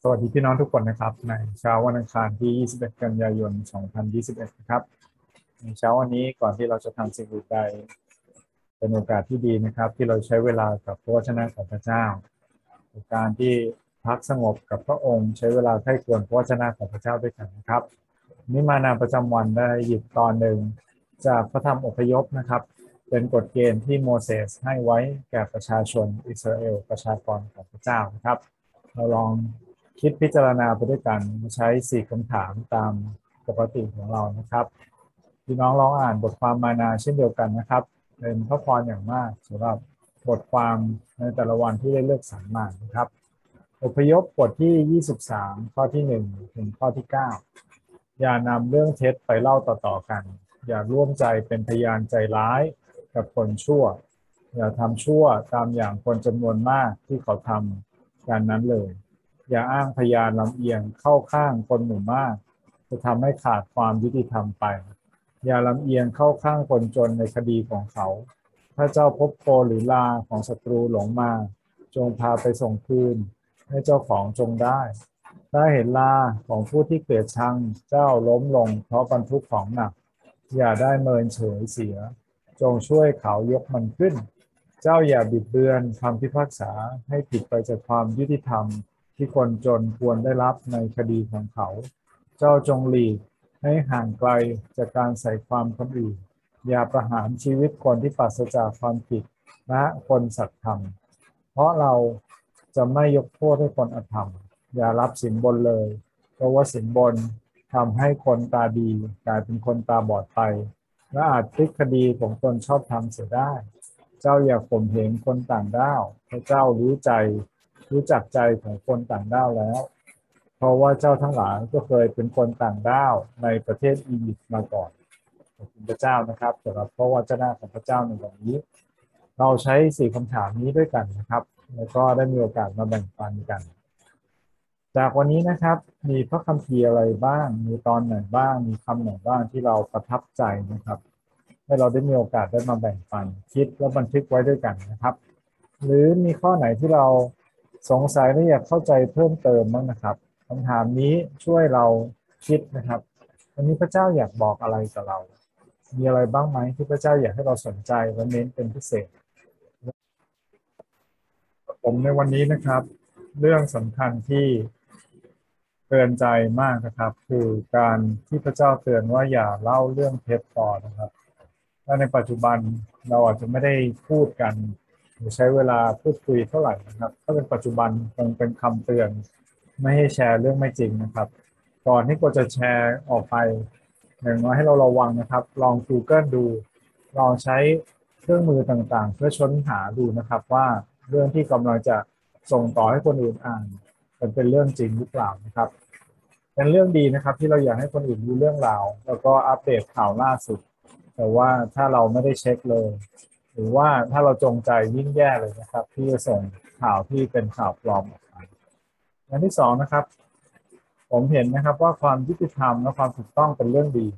สวัสดีพี่น้องทุกคนนะครับในเช้าวันอังคารที่ 21 กันยายน 2021 นะครับในเช้าวันนี้ก่อนที่เราจะทำสิ่งอื่นใดเป็นโอกาสที่ดีนะครับที่เราใช้เวลากับพระวจนะของพระเจ้าการที่พักสงบกับพระองค์ใช้เวลาใกล้ควรพระวจนะของพระเจ้าด้วยกันนะครับนิมานาประจำวันได้หยิบตอนหนึ่งจากพระธรรมอพยพนะครับเป็นกฎเกณฑ์ที่โมเสสให้ไว้แก่ประชาชนอิสราเอลประชากรของพระเจ้านะครับเราลองคิดพิจารณาไปด้วยกันใช้4คำถามตามปกติของเรานะครับพี่น้องลองอ่านบทความมานาเช่นเดียวกันนะครับเป็นพระพรอย่างมากสำหรับบทความในแต่ละวันที่ได้เลือกสรรมานะครับอพยพบทที่23ข้อที่1ถึงข้อที่9อย่านำเรื่องเท็จไปเล่าต่อๆกันอย่าร่วมใจเป็นพยานใจร้ายกับคนชั่วอย่าทำชั่วตามอย่างคนจำนวนมากที่เขาทำกันนั้นเลยอย่าอ้างพยานลำเอียงเข้าข้างคนหมู่มากจะทำให้ขาดความยุติธรรมไปอย่าลำเอียงเข้าข้างคนจนในคดีของเขาถ้าเจ้าพบโคหรือลาของศัตรูหลงมาจงพาไปส่งคืนให้เจ้าของจงได้ถ้าเห็นลาของผู้ที่เกลียดชังเจ้าล้มลงเพราะบรรทุกของหนักอย่าได้เมินเฉยเสียจงช่วยเขายกมันขึ้นเจ้าอย่าบิดเบือนคำพิพากษาให้ผิดไปจากความยุติธรรมที่คนจนควรได้รับในคดีของเขาเจ้าจงหลีกให้ห่างไกลจากการใส่ความคนอื่นอย่าประหารชีวิตคนที่ปราศจากความผิดและคนสัตย์ธรรมเพราะเราจะไม่ยกโทษให้คนอธรรมอย่ารับสินบนเลยเพราะว่าสินบนทำให้คนตาดีกลายเป็นคนตาบอดไปและอาจพลิกคดีของตนชอบธรรมเสียได้เจ้าอย่าข่มเหงคนต่างด้าวเพราะเจ้ารู้จักใจของคนต่างด้าวแล้วเพราะว่าเจ้าทั้งหลายก็เคยเป็นคนต่างด้าวในประเทศอียิปต์มาก่อนขอบคุณพระเจ้านะครับสำหรับพระวจนะของพระเจ้าในวันนี้เราใช้4คำถามนี้ด้วยกันนะครับแล้วก็ได้มีโอกาสมาแบ่งปันกันจากวันนี้นะครับมีพระคัมภีร์อะไรบ้างมีตอนไหนบ้างมีคำไหนบ้างที่เราประทับใจนะครับให้เราได้มีโอกาสได้มาแบ่งปันคิดและบันทึกไว้ด้วยกันนะครับหรือมีข้อไหนที่เราสงสัยและอยากเข้าใจเพิ่มเติมบ้างนะครับคำถามนี้ช่วยเราคิดนะครับวันนี้พระเจ้าอยากบอกอะไรกับเรามีอะไรบ้างไหมที่พระเจ้าอยากให้เราสนใจและเน้นเป็นพิเศษผมในวันนี้นะครับเรื่องสำคัญที่เตือนใจมากนะครับคือการที่พระเจ้าเตือนว่าอย่าเล่าเรื่องเท็จต่อนะครับและในปัจจุบันเราอาจจะไม่ได้พูดกันหรือใช้เวลาพูดคุยเท่าไหร่นะครับถ้าเป็นปัจจุบันคงเป็นคำเตือนไม่ให้แชร์เรื่องไม่จริงนะครับก่อนที่เราจะแชร์ออกไปอย่างน้อยให้เราระวังนะครับลอง Google ดูลองใช้เครื่องมือต่างๆเพื่อค้นหาดูนะครับว่าเรื่องที่กำลังจะส่งต่อให้คนอื่นอ่านมันเป็นเรื่องจริงหรือเปล่านะครับเป็นเรื่องดีนะครับที่เราอยากให้คนอื่นรู้เรื่องราวแล้วก็อัปเดตข่าวล่าสุดแต่ว่าถ้าเราไม่ได้เช็คเลยหรือว่าถ้าเราจงใจยิ่งแย่เลยนะครับที่จะส่งข่าวที่เป็นข่าวปลอมออกไปอย่างที่สองนะครับผมเห็นนะครับว่าความยุติธรรมและความถูกต้องเป็นเรื่องดี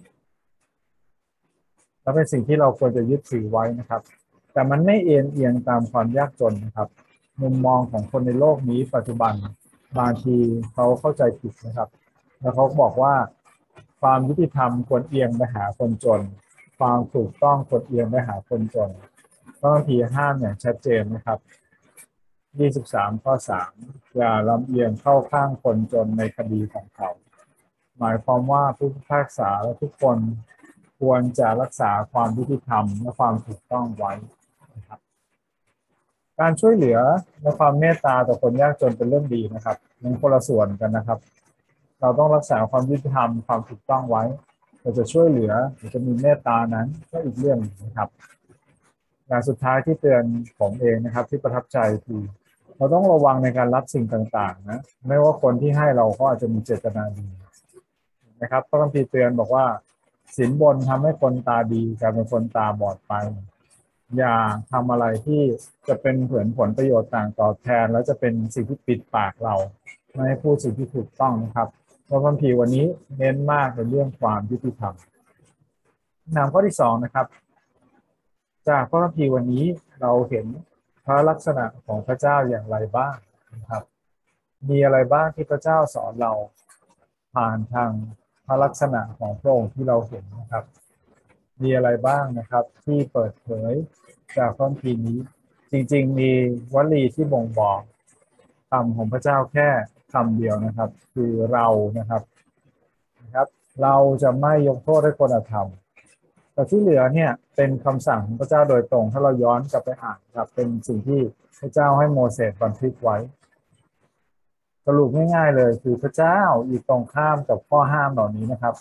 และเป็นสิ่งที่เราควรจะยึดถือไว้นะครับแต่มันไม่เอ็นเอียงตามความยากจนนะครับมุมมองของคนในโลกนี้ปัจจุบันบางทีเขาเข้าใจผิดนะครับแล้วเขาบอกว่าความยุติธรรมควรเอียงไปหาคนจนความถูกต้องควรเอียงไปหาคนจนบางทีห้ามอย่างชัดเจนนะครับ23ข้อ3อย่าลำเอียงเข้าข้างคนจนในคดีของเขาหมายความว่าผู้พิพากษาและทุกคนควรจะรักษาความยุติธรรมและความถูกต้องไว้นะครับการช่วยเหลือและความเมตตาต่อคนยากจนเป็นเรื่องดีนะครับมันคนละส่วนกันนะครับเราต้องรักษาความยุติธรรมความถูกต้องไว้เราจะช่วยเหลือหรือจะมีเมตตานั้นก็อีกเรื่องนะครับอย่างสุดท้ายที่เตือนผมเองนะครับที่ประทับใจคือเราต้องระวังในการรับสิ่งต่างๆนะไม่ว่าคนที่ให้เราก็อาจจะมีเจตนาดีนะครับพระคัมภีร์เตือนบอกว่าสินบนทำให้คนตาดีกลายเป็นคนตาบอดไปอย่าทำอะไรที่จะเป็นผลประโยชน์ต่างตอบแทนแล้วจะเป็นสิ่งที่ปิดปากเราไม่ให้พูดสิ่งที่ถูกต้องนะครับพระคัมภีร์วันนี้เน้นมากในเรื่องความยุติธรรมนำข้อที่สองนะครับจากพระคัมภีร์วันนี้เราเห็นพระลักษณะของพระเจ้าอย่างไรบ้างนะครับมีอะไรบ้างที่พระเจ้าสอนเราผ่านทางพระลักษณะของพระองค์ที่เราเห็นนะครับมีอะไรบ้างนะครับที่เปิดเผยจากพระคัมภีร์นี้จริงๆมีวลีที่บ่งบอกคำของพระเจ้าแค่คำเดียวนะครับคือเรานะครับเราจะไม่ยกโทษให้คนธรรมแต่ที่เหลือเนี่ยเป็นคำสั่งของพระเจ้าโดยตรงถ้าเราย้อนกลับไปอ่านครับเป็นสิ่งที่พระเจ้าให้โมเสสบันทึกไว้สรุปง่ายๆเลยคือพระเจ้าอยู่ตรงข้ามกับข้อห้ามเหล่านี้นะครับ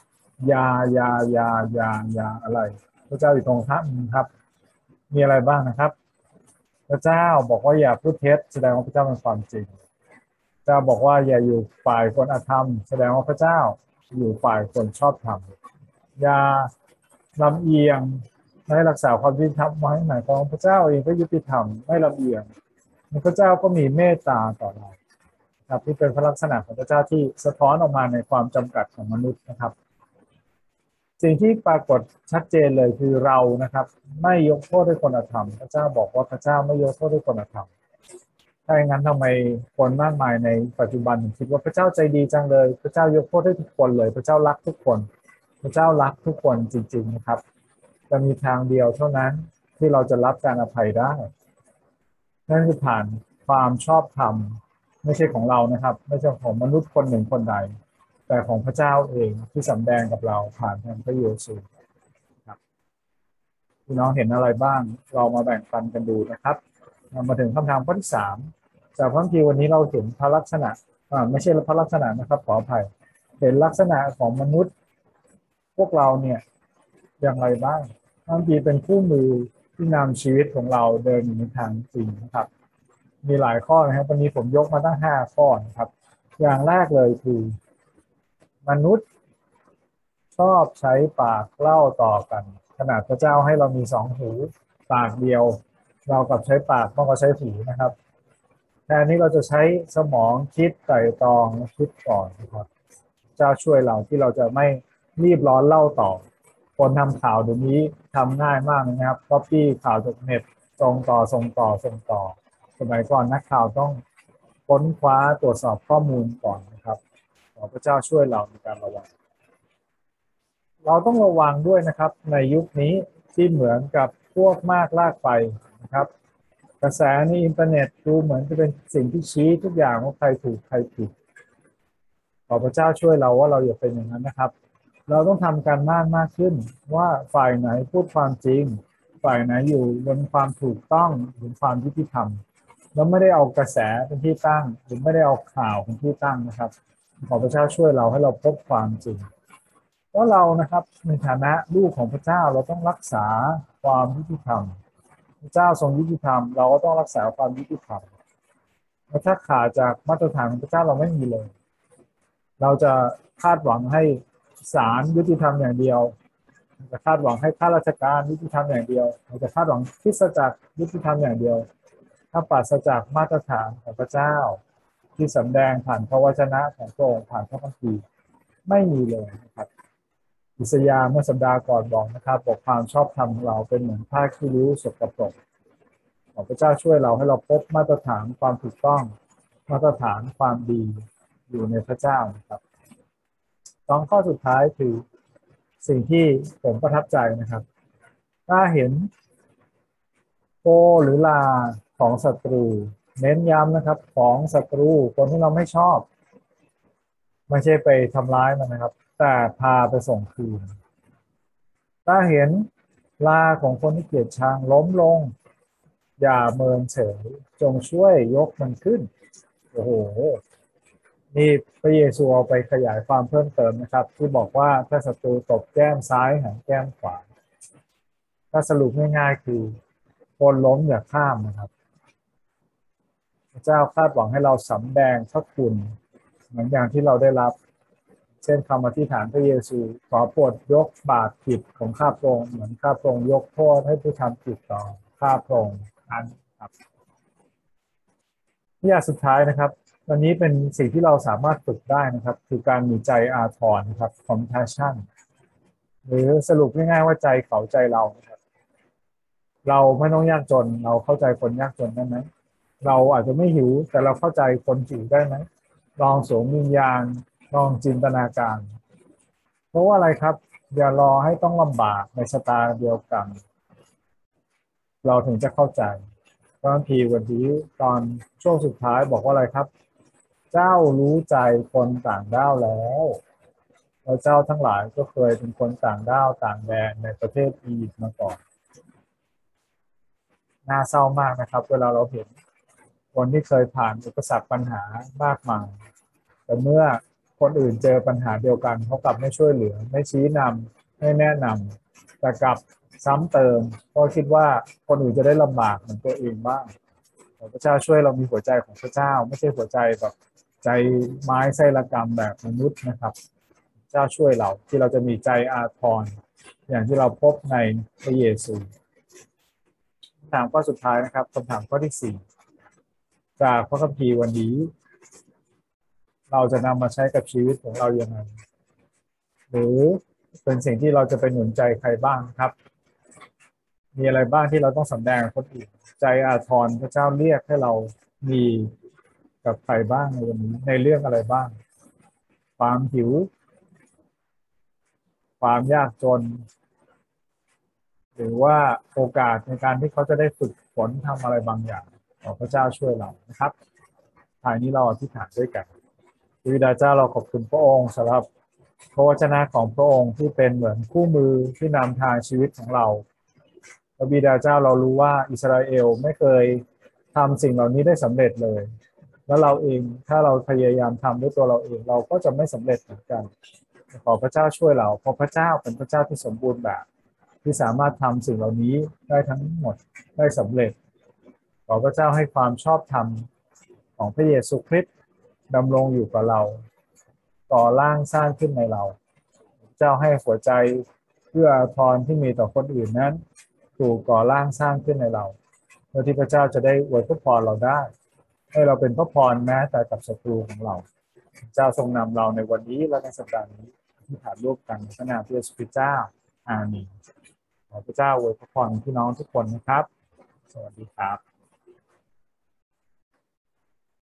อย่าอะไรพระเจ้าอยู่ตรงข้ามครับมีอะไรบ้างนะครับพระเจ้าบอกว่าอย่าพูดเท็จแสดงว่าพระเจ้าเป็นความจริงพระเจ้าบอกว่าอย่าอยู่ฝ่ายคนอธรรมแสดงว่าพระเจ้าอยู่ฝ่ายคนชอบธรรมอย่าลำเอียงไม่รักษาความยุติธรรมไว้หมายความว่าพระเจ้าเองก็ยุติธรรมไม่ลำเอียงพระเจ้าก็มีเมตตาต่อเราครับที่เป็นพระลักษณะของพระเจ้าที่สะท้อนออกมาในความจำกัดของมนุษย์นะครับสิ่งที่ปรากฏชัดเจนเลยคือเรานะครับไม่ยกโทษให้คนอธรรมพระเจ้าบอกว่าพระเจ้าไม่ยกโทษให้คนอธรรมถ้าอย่างนั้นทำไมคนมากมายในปัจจุบันคิดว่าพระเจ้าใจดีจังเลยพระเจ้ายกโทษให้ทุกคนเลยพระเจ้ารักทุกคนพระเจ้ารักทุกคนจริงๆนะครับจะมีทางเดียวเท่านั้นที่เราจะรับการอภัยได้นั่นคือผ่านความชอบธรรมไม่ใช่ของเรานะครับไม่ใช่ของมนุษย์คนหนึ่งคนใดแต่ของพระเจ้าเองที่สำแดงกับเราผ่านทางพระเยซูครับพี่น้องเห็นอะไรบ้างเรามาแบ่งปันกันดูนะครับมาถึงคำถามข้อที่3จากพระคัมภีร์วันนี้เราเห็นพระลักษณะไม่ใช่พระลักษณะนะครับขออภัยเห็นลักษณะของมนุษย์พวกเราเนี่ยอย่างไรบ้างพระคัมภีร์เป็นคู่มือที่นำชีวิตของเราเดินในทางจริงนะครับมีหลายข้อนะครับวันนี้ผมยกมาตั้ง5ข้อนะครับอย่างแรกเลยคือมนุษย์ชอบใช้ปากเล่าต่อกันขนาดพระเจ้าให้เรามี2 หูปากเดียวเรากับใช้ปากมากกว่าใช้หูนะครับแทนนี้เราจะใช้สมองคิดไตร่ตรองคิดก่อนนะครับเจ้าช่วยเราที่เราจะไม่รีบร้อนเล่าต่อคนทำข่าวเดี๋ยวนี้ทำง่ายมากนะครับก๊อปปี้ข่าวจากเน็ตส่งต่อสมัยก่อนนักข่าวต้องค้นคว้าตรวจสอบข้อมูลก่อนนะครับขอพระเจ้าช่วยเราในการระวังเราต้องระวังด้วยนะครับในยุคนี้ที่เหมือนกับพวกมากลากไปนะครับกระแสในอินเทอร์เน็ตดูเหมือนจะเป็นสิ่งที่ชี้ทุกอย่างว่าใครถูกใครผิดขอพระเจ้าช่วยเราว่าเราอย่าเป็นอย่างนั้นนะครับเราต้องทำการมากขึ้นว่าฝ่ายไหนพูดความจริงฝ่ายไหนอยู่บนความถูกต้องหรือความยุติธรรมแล้วไม่ได้เอากระแสเป็นที่ตั้งหรือไม่ได้เอาข่าวเป็นที่ตั้งนะครับขอพระเจ้าช่วยเราให้เราพบความจริงเพราะเรานะครับในฐานะลูกของพระเจ้าเราต้องรักษาความยุติธรรมพระเจ้าทรงยุติธรรมเราก็ต้องรักษาความยุติธรรมและถ้าขาดจากมาตรฐานของพระเจ้าเราไม่มีเลยเราจะคาดหวังให้ศาลยุติธรรมอย่างเดียวจะคาดหวังให้ข้าราชการยุติธรรมอย่างเดียวเราจะคาดหวังคริสตจักรยุติธรรมอย่างเดียวถ้าปราศจากมาตรฐานของพระเจ้าที่สำแดงผ่านพระวจนะของพระองค์ผ่านพระคัมภีร์ไม่มีเลยนะครับอิสยาห์เมื่อสัปดาห์ก่อนบอกนะครับบอกความชอบธรรมของเราเป็นเหมือนผ้าขี้ริ้วสกปรกขอพระเจ้าช่วยเราให้เราพบมาตรฐานความถูกต้องมาตรฐานความดีอยู่ในพระเจ้านะครับข้อสุดท้ายคือสิ่งที่ผมประทับใจนะครับถ้าเห็นโกหรือลาของศัตรูเน้นย้ำนะครับของศัตรูคนที่เราไม่ชอบไม่ใช่ไปทำร้ายมันนะครับแต่พาไปส่งคืนถ้าเห็นลาของคนที่เกลียดชังล้มลงอย่าเมินเฉยจงช่วยยกมันขึ้นโอ้โหนี่พระเยซูเอาไปขยายความเพิ่มเติมนะครับที่บอกว่าถ้าศัตรูตบแก้มซ้ายหันแก้มขวาถ้าสรุปง่ายๆคือคนล้มอย่าข้ามนะครับพระเจ้าคาดหวังให้เราสำแดงพระคุณเหมือนอย่างที่เราได้รับเช่นคำอธิษฐานพระเยซูขอโปรดยกบาปผิดของข้าพระองค์เหมือนข้าพระองค์ยกโทษให้ผู้ทำผิดต่อข้าพระองค์นั้นครับอย่างสุดท้ายนะครับวันนี้เป็นสิ่งที่เราสามารถฝึกได้นะครับคือการมีใจอาทรนะครับ compassion หรือสรุปง่ายๆว่าใจเขาใจเรานะครับเราไม่ต้องยากจนเราเข้าใจคนยากจนได้ไหมเราอาจจะไม่หิวแต่เราเข้าใจคนหิวได้ไหมลองสวมวิญญาณลองจินตนาการเพราะว่าอะไรครับอย่ารอให้ต้องลำบากในชะตาเดียวกันเราถึงจะเข้าใจพระคัมภีร์วันนี้ตอนช่วงสุดท้ายบอกว่าอะไรครับเจ้ารู้ใจคนต่างด้าวแล้วแล้วเจ้าทั้งหลายก็เคยเป็นคนต่างด้าวต่างแดนในประเทศอียิปต์มาก่อนน่าเศร้ามากนะครับเวลาเราเห็นคนที่เคยผ่านอุปสรรคปัญหามากมายแต่เมื่อคนอื่นเจอปัญหาเดียวกันเขากลับไม่ช่วยเหลือไม่ชี้นำไม่แนะนำแต่กลับซ้ำเติมเพราะคิดว่าคนอื่นจะได้ลำบากเหมือนตัวเองบ้างพระเจ้าช่วยเรามีหัวใจของพระเจ้าไม่ใช่หัวใจแบบใจไม้ไส้ระกำแบบมนุษย์นะครับเจ้าช่วยเราที่เราจะมีใจอาทรอย่างที่เราพบในพระเยซูคำถามข้อสุดท้ายนะครับคำถามข้อที่สี่จากพระคัมภีร์วันนี้เราจะนำมาใช้กับชีวิตของเราอย่างไรหรือเป็นสิ่งที่เราจะไปหนุนใจใครบ้างครับมีอะไรบ้างที่เราต้องสำแดงกับคนอื่นใจอาทรพระเจ้าเรียกให้เรามีกับใครบ้างในวันนี้ในเรื่องอะไรบ้างความหิวความยากจนหรือว่าโอกาสในการที่เขาจะได้ฝึกฝนทำอะไรบางอย่างขอพระเจ้าช่วยเรานะครับท้ายนี้เราอธิษฐานด้วยกันพระบิดาเจ้าเราขอบคุณพระองค์สำหรับพระวจนะของพระองค์ที่เป็นเหมือนคู่มือที่นำทางชีวิตของเราพระบิดาเจ้าเรารู้ว่าอิสราเอลไม่เคยทำสิ่งเหล่านี้ได้สำเร็จเลยแล้วเราเองถ้าเราพยายามทำด้วยตัวเราเองเราก็จะไม่สำเร็จเหมือนกันขอพระเจ้าช่วยเราเพราะพระเจ้าเป็นพระเจ้าที่สมบูรณ์แบบที่สามารถทำสิ่งเหล่านี้ได้ทั้งหมดได้สำเร็จขอพระเจ้าให้ความชอบธรรมของพระเยซูคริสต์ดำรงอยู่กับเราก่อร่างสร้างขึ้นในเราเจ้าให้หัวใจเพื่ออาทรที่มีต่อคนอื่นนั้นถูกก่อร่างสร้างขึ้นในเราเพื่อที่พระเจ้าจะได้อวยพระพรเราได้ให้เราเป็นพระพรแม้แต่กับศัตรูของเราเจ้าทรงนำเราในวันนี้และในสัปดาห์นี้ที่ผ่านร่วมกันในพระนามพระเยซูคริสต์เจ้าอาเมนขอพระเจ้าอวยพระพรพี่น้องทุกคนนะครับสวัสดีครับ